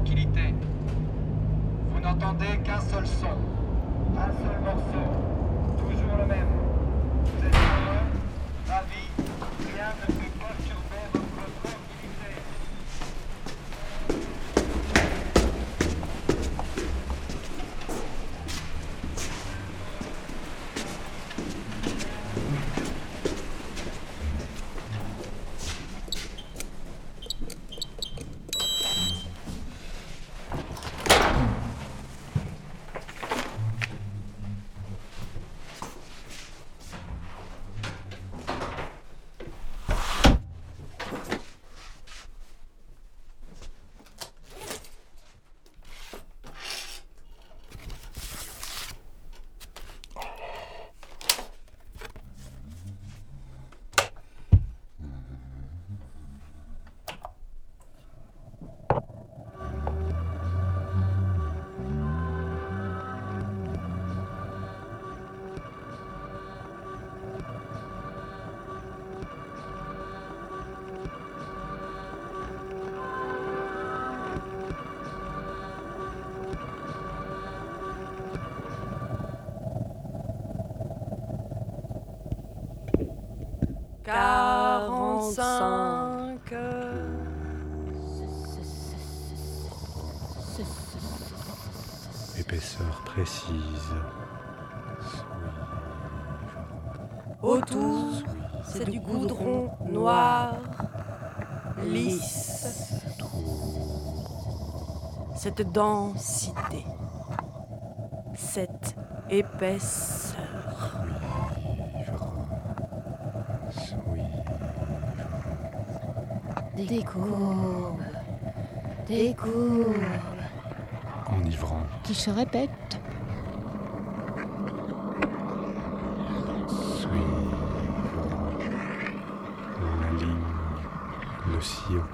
tranquillité. Vous n'entendez qu'un seul son, un seul morceau, toujours le même. Vous êtes heureux, ravis, rien ne peut perturber votre tranquillité. Quarante-cinq. Épaisseur précise. Autour, c'est du goudron noir, lisse. Cette densité, cette épaisseur. Des courbes, des courbes Enivrant. qui se répètent. Suivre la ligne, le sillon.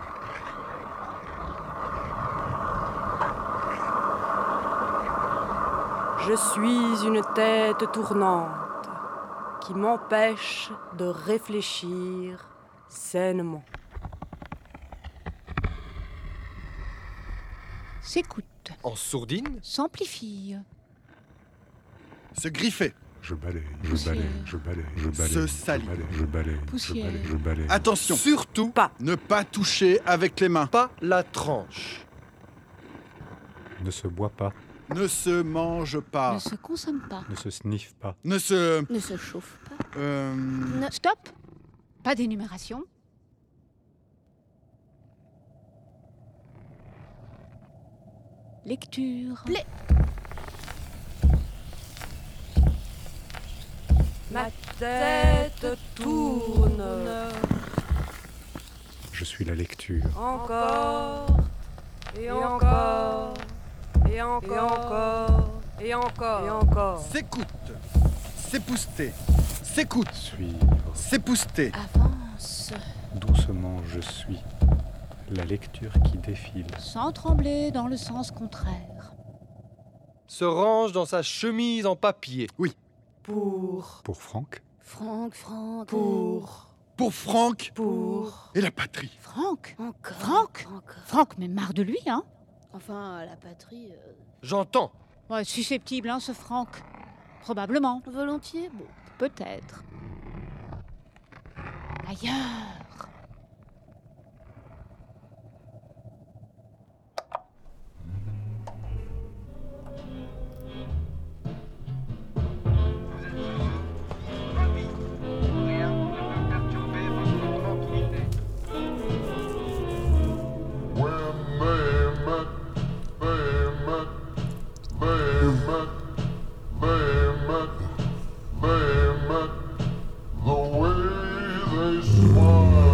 Je suis une tête tournante qui m'empêche de réfléchir sainement. S'écoute, En sourdine? s'amplifie, Se griffer. Je balaye, Poussière. je balaye, Se salir. je balaye, Poussière. je balaye. Attention, Surtout Pas. ne pas toucher avec les mains. pas la tranche. Ne se boit pas, Ne se mange pas. ne se consomme pas, ne se sniffe pas, Ne se... ne se chauffe pas. Stop. Pas d'énumération. Lecture. Ma tête tourne je suis la lecture. encore et encore et encore et encore et encore. S'écoute. S'épouster. S'écoute. Suivre, S'épouster. Avance, doucement je suis. La lecture qui défile. sans trembler dans le sens contraire. Se range dans sa chemise en papier. Pour Pour Franck, Pour Franck pour et la patrie. Franck, Encore. Franck. Encore. Franck, mais marre de lui, hein. Enfin, la patrie. J'entends. Ouais, susceptible, hein, ce Franck. Probablement, Volontiers. Bon. peut-être. Ailleurs. Vous êtes heureux, ravis, rien ne peut perturber votre tranquillité. The way they smile.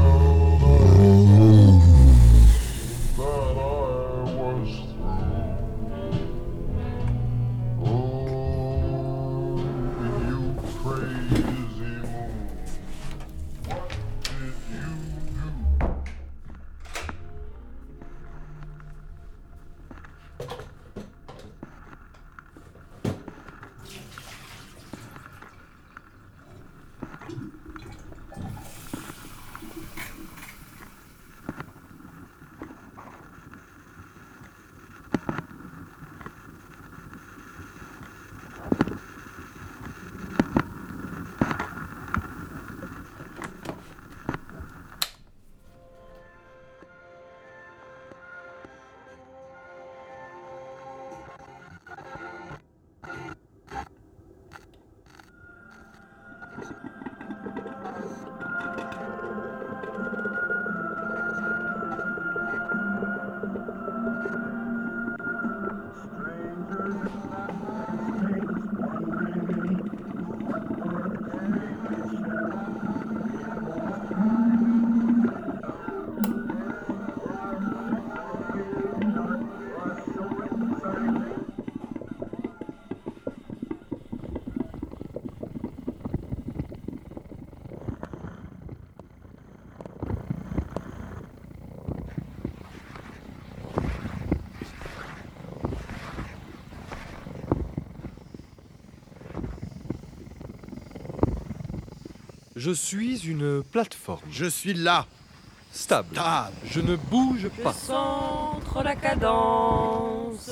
Je suis une plateforme. Je suis là. Stable. Stable. Je ne bouge Je pas. centre la cadence.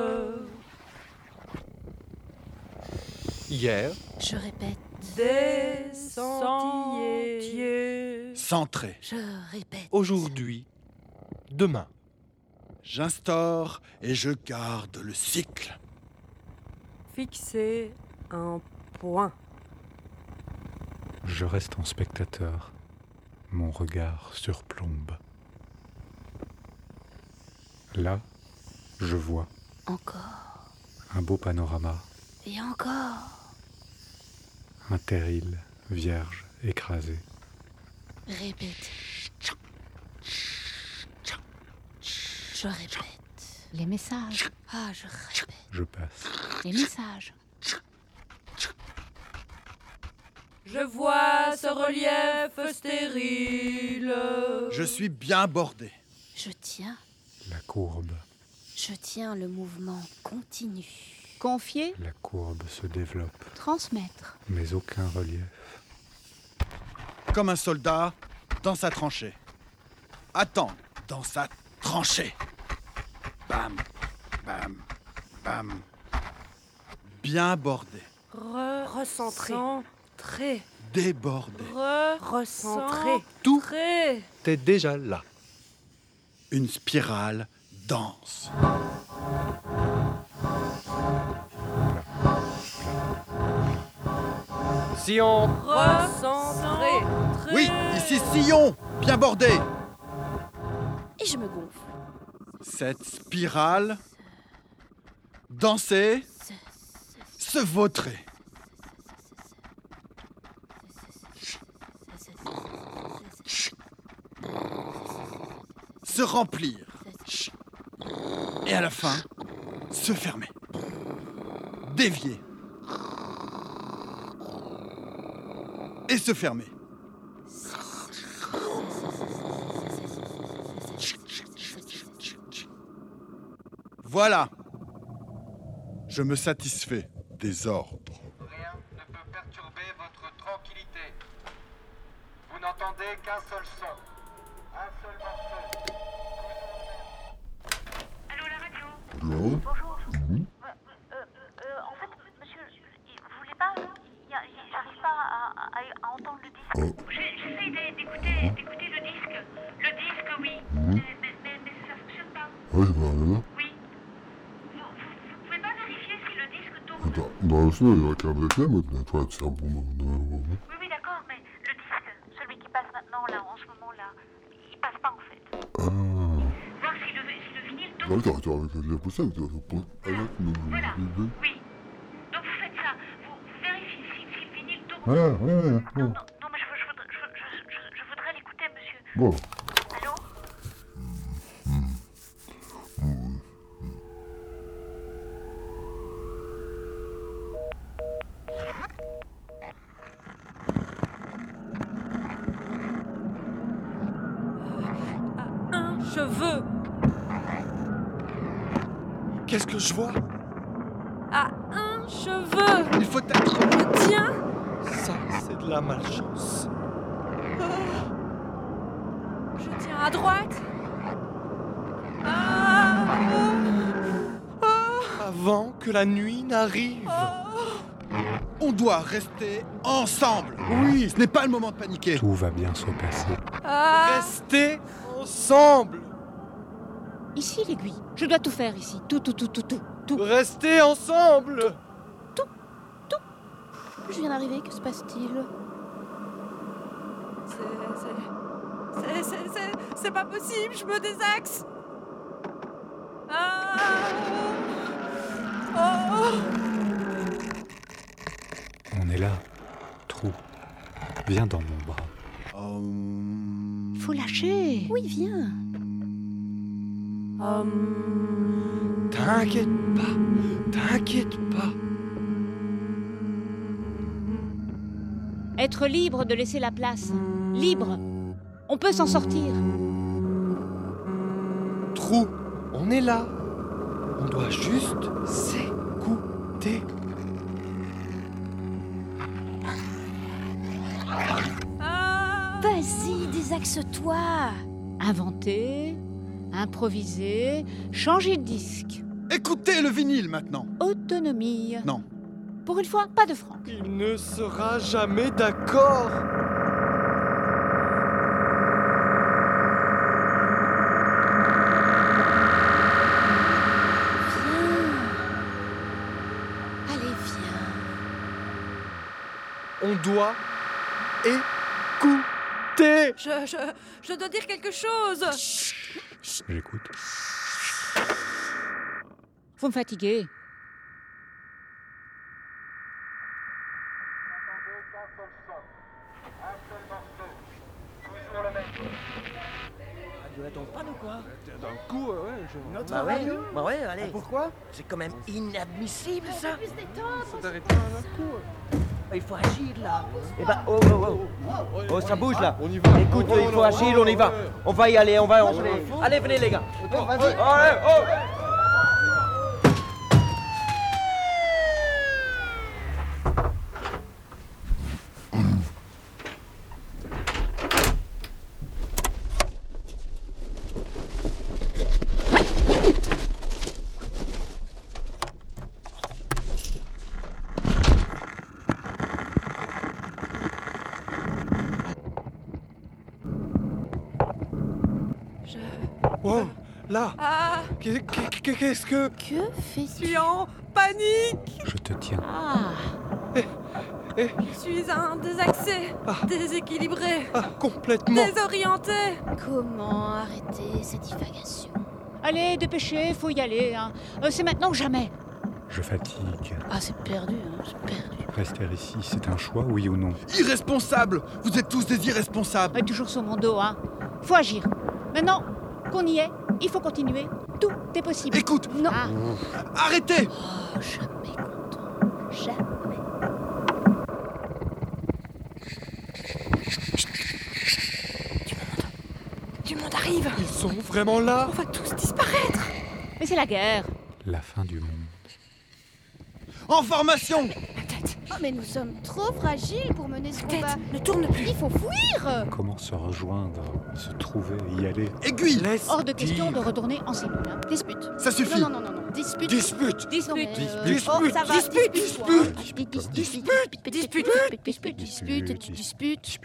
Hier, Je répète. Des sentiers. Centré. Je répète. aujourd'hui, demain. J'instaure et je garde le cycle. Fixer un point. Je reste en spectateur. Mon regard surplombe. Là, je vois Encore. un beau panorama, Et encore. un terril vierge écrasé. Répète. Je répète. Les messages. Ah, je répète. Je passe. Les messages. Je vois ce relief stérile. Je suis bien bordé. Je tiens. La courbe, Je tiens le mouvement continu. Confier, la courbe se développe, Transmettre. mais aucun relief. Comme un soldat dans sa tranchée. Attends, dans sa tranchée. Bam, bam, bam. Bien bordé. Recentrer. Débordé. Recentrer. Tout T'es déjà là. Une spirale dense. Si on... Recentrer. Oui, ici sillon, bien bordé. Et je me gonfle. Cette spirale, danser, se vautrer. Se remplir. Et à la fin, se fermer. Dévier. Et se fermer. Voilà. Je me satisfais des ordres. Rien ne peut perturber votre tranquillité. Vous n'entendez qu'un seul son. Un seul morceau. Allô, la radio. Bonjour. En fait, monsieur, vous voulez pas j'arrive pas à entendre le disque. J'essaie d'écouter le disque. Le disque, oui. Mais ça fonctionne pas. Ouais, bah, Oui. Vous pouvez pas vérifier si le disque tourne? Bien sûr, il y a qu'un BFM, toi, c'est un bon... Oui, d'accord, mais le disque, celui qui passe maintenant, là, en ce moment-là, il passe pas, en fait. Voir si le vinyle tourne. Attends, avec la poussette, Voilà, oui. Donc vous faites ça, vous vérifiez si le vinyle tourne. Ouais. Non, mais je voudrais l'écouter, monsieur. Bon. Allô? Un cheveu. Qu'est-ce que je vois? À un cheveu. Il faut être... Le tien. Ça, c'est de la malchance. Je tiens à droite. Avant que la nuit n'arrive. On doit rester ensemble. Oui, ce n'est pas le moment de paniquer. Tout va bien se passer. Restez ensemble. ici l'aiguille. Je dois tout faire ici. Tout. Restez ensemble. Je viens d'arriver, que se passe-t-il? C'est pas possible, je me désaxe. On est là. Trou. Viens dans mon bras. Faut lâcher. Oui, viens. T'inquiète pas. Être libre de laisser la place. Libre. On peut s'en sortir. Trou, on est là. On doit juste s'écouter. Vas-y, désaxe-toi. Inventer, improviser, changer de disque. Écoutez le vinyle maintenant. Autonomie. Non. Pour une fois, pas de Franck. Il ne sera jamais d'accord. Allez, viens. On doit écouter. Je dois dire quelque chose. J'écoute. Vous me fatiguez. Toujours le même. Bah ouais, allez. Pourquoi? C'est quand même inadmissible ça. Il faut agir là. Eh ben, oh, ça bouge là. On y va. Écoute, il faut agir, on y va. On va y aller, on va. Allez, venez les gars. Allez, oh. Wow, là. Ah, Qu'est-ce que... Que je fais-tu? suis en panique. Je te tiens. Ah, Je suis un désaxé, déséquilibré, Complètement. désorienté. Comment arrêter cette divagation? allez, dépêchez, faut y aller. Hein. C'est maintenant que jamais. Je fatigue. Ah, c'est perdu, hein, c'est perdu. Rester ici, c'est un choix, oui ou non? Irresponsable. Vous êtes tous des irresponsables. Toujours sur mon dos, hein. Faut agir. Maintenant qu'on y est, il faut continuer. Tout est possible. Écoute, Non. Ah, arrêtez. Oh, jamais content. Jamais. Du monde arrive. Ils sont vraiment là. On va tous disparaître. mais c'est la guerre. La fin du monde. En formation. Ma tête, Oh, mais nous sommes trop fragiles pour mener ce ma tête combat. ne tourne plus. Il faut fuir. Comment se rejoindre, se trouver, y aller? Aiguille. Laisse Hors de question dire. de retourner en cellule. Hein. Dispute. Ça suffit. Non. Dispute. Dispute. Non, Dispute. mais, Dispute. Oh, ça va. Dispute. Dispute. Dispute. Dispute.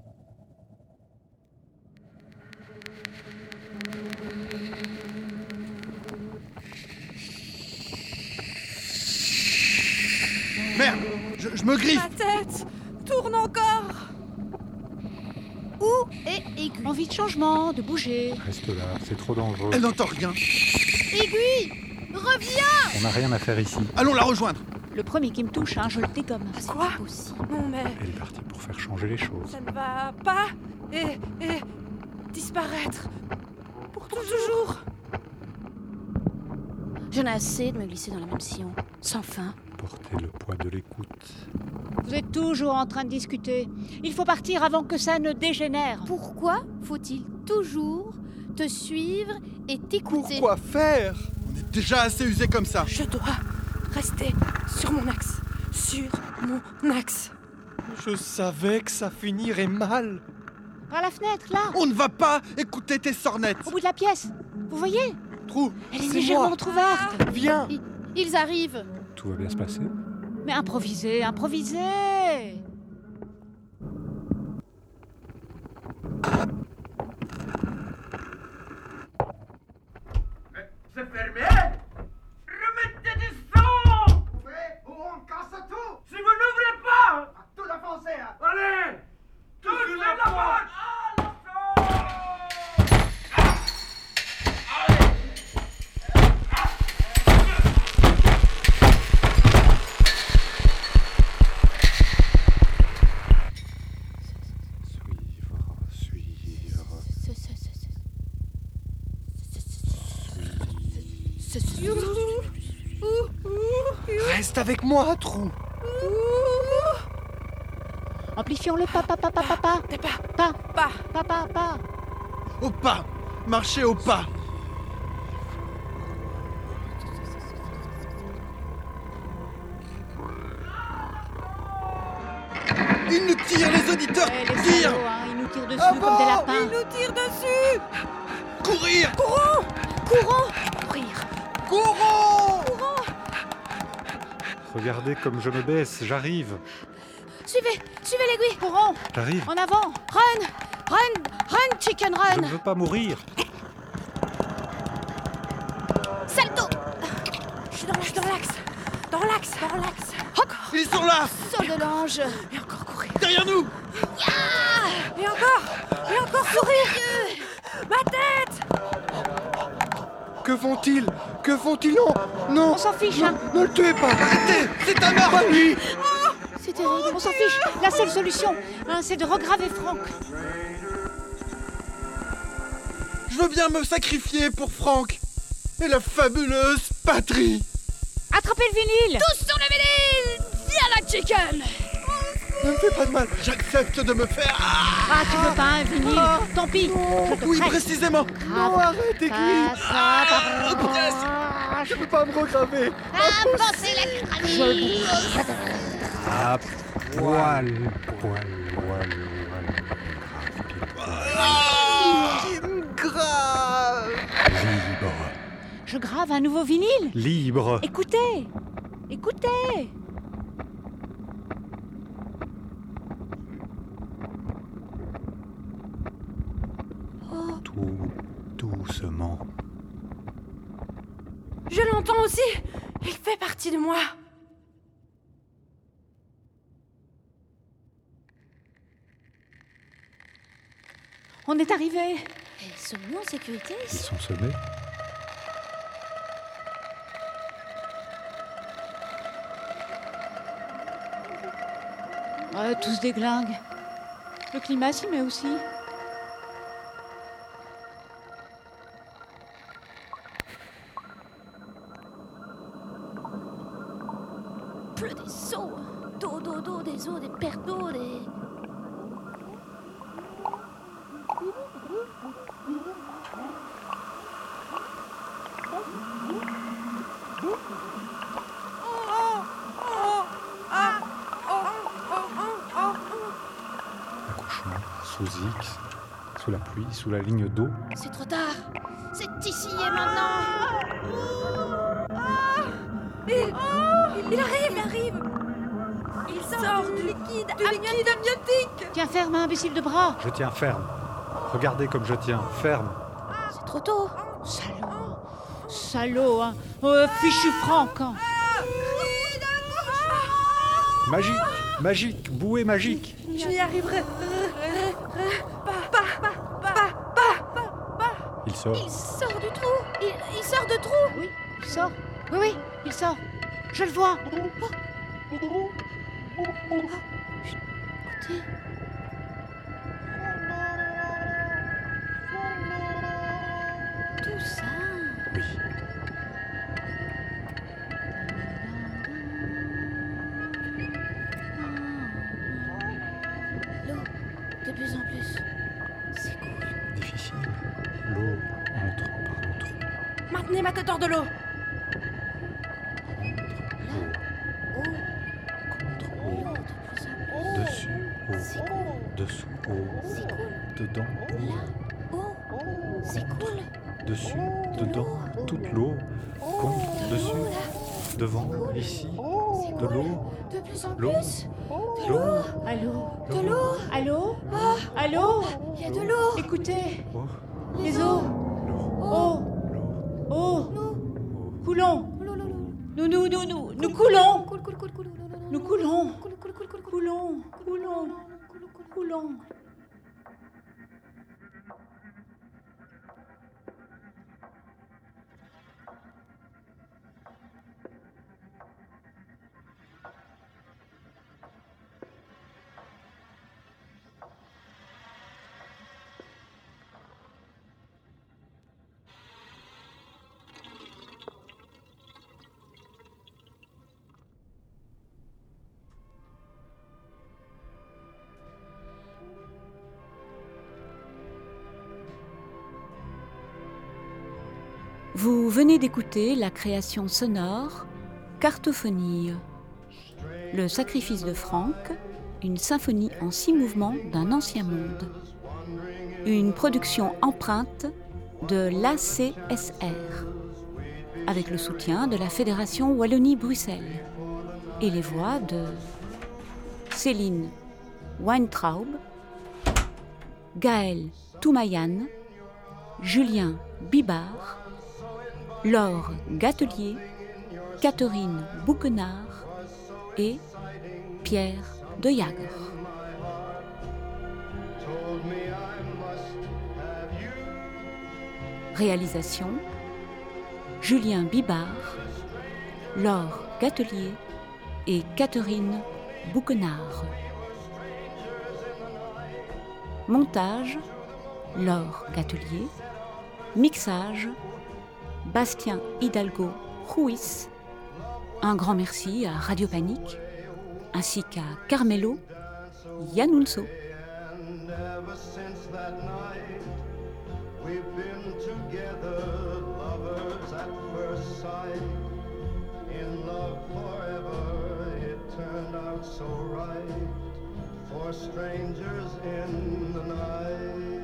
Merde. Je me griffe. Ma tête tourne encore. Où est Aiguille? Envie de changement, de bouger. Reste là, c'est trop dangereux. Elle n'entend rien. Aiguille, reviens. On n'a rien à faire ici. Allons la rejoindre. Le premier qui me touche, hein, je le dégomme. Quoi? Possible. Non mais Elle est partie pour faire changer les choses. ça ne va pas. Et disparaître. Pour toujours. J'en ai assez de me glisser dans le même sillon, sans fin. Porter le poids de l'écoute. Vous êtes toujours en train de discuter. Il faut partir avant que ça ne dégénère. Pourquoi faut-il toujours te suivre et t'écouter? Pourquoi faire? On est déjà assez usés comme ça. Je dois rester sur mon axe. Sur mon axe. Je savais que ça finirait mal. Par la fenêtre, là, On ne va pas écouter tes sornettes. au bout de la pièce. Vous voyez? Trou, Elle est c'est légèrement moi. entrouverte. Viens. Ils arrivent. Tout va bien se passer? Mais improvisez. C'est fermé. Remettez du son. Ou on casse tout. Si vous n'ouvrez pas. Tout la foncée. Allez. Tous sur la porte. Reste avec moi, Trou. Amplifions le pas. T'es pas. Pas. Au pas. Marchez au pas. Ils nous tirent, les auditeurs Eh, les tirent. salauds, hein, ils nous tire dessus comme des lapins. Il nous tire dessus. Courir! Courons. Courir. Courons! Regardez comme je me baisse, j'arrive. Suivez l'aiguille. Courons, J'arrive. en avant. Run, chicken, Je ne run. veux pas mourir. Salto. Je suis dans l'axe. Dans l'axe. Ils sont là! Saut de l'ange. Et encore courir. Derrière nous! Et encore courir. Ma tête. Que font-ils? Non! On s'en fiche, hein. Ne le tuez pas! Arrêtez! C'est un arbre! Pas lui! C'est terrible, on s'en fiche. La seule solution, hein, c'est de regraver Franck. Je veux bien me sacrifier pour Franck et la fabuleuse patrie. Attrapez le vinyle. Tous sur le vinyle. Viens la chicken. Ne me fais pas de mal! J'accepte de me faire... Ah, tu veux pas un vinyle? Tant pis, je te Oui, prête. précisément. Non, arrête, Aiguille! Je ne peux pas me regraver! Avancez la crânie. Ah, poil. Grave! Libre. Je grave un nouveau vinyle. Libre. Écoutez. Tout doucement. Je l'entends aussi. Il fait partie de moi. On est arrivé. Sommes-nous en sécurité Ils sont semés. Ouais, tous des glingues. Le climat s'y met aussi. Pleut des seaux. D'eau, des eaux, des pertes d'eau, des... Accouchement sous X, sous la pluie, sous la ligne d'eau. C'est trop tard. C'est ici et maintenant. Il arrive. Il sort du liquide amniotique. Tiens ferme, imbécile de bras. Je tiens ferme. Regardez comme je tiens ferme. C'est trop tôt. Salaud, hein. Fichu Franck, hein. Magique, bouée magique. Je n'y arriverai Il sort. Il sort du trou. Il sort de trou. Oui, il sort. Oui, il sort. Je le vois. Écoutez. Tout ça. Oui. L'eau, de plus en plus. C'est cool. Difficile. L'eau entre par le trou. Maintenez ma tête hors de l'eau. Contre Oh, eau. de plus en plus. Dessus C'est eau. cool. Dessous eau. C'est cool. Dedans eau. Là. Oh, c'est cool. Dessus, dedans, toute l'eau. Contre, dessus, devant, ici. De l'eau. De plus en L'eau. plus. L'eau. Allô. De l'eau. Allô. Allô. Il y a de l'eau. Écoutez, Oh. les eaux. L'eau. Oh. L'eau. Coulons. Nous coulons. Nous coulons. Coulons. Vous venez d'écouter la création sonore Cartophonie, le sacrifice de Franck, une symphonie en 6 mouvements d'un ancien monde. une production empreinte de l'ACSR, avec le soutien de la Fédération Wallonie-Bruxelles, et les voix de Céline Weintraub, Gaël Toumayan, Julien Bibard, Laure Gatelier, Catherine Bouquenard et Pierre de Jager. Réalisation Julien Bibard, Laure Gatelier et Catherine Bouquenard. Montage Laure Gatelier. Mixage Bastien Hidalgo Ruiz. Un grand merci à Radio Panique ainsi qu'à Carmelo Yanunso. We've been together, lovers at first sight. In love forever, it turned out so right. For strangers in the night.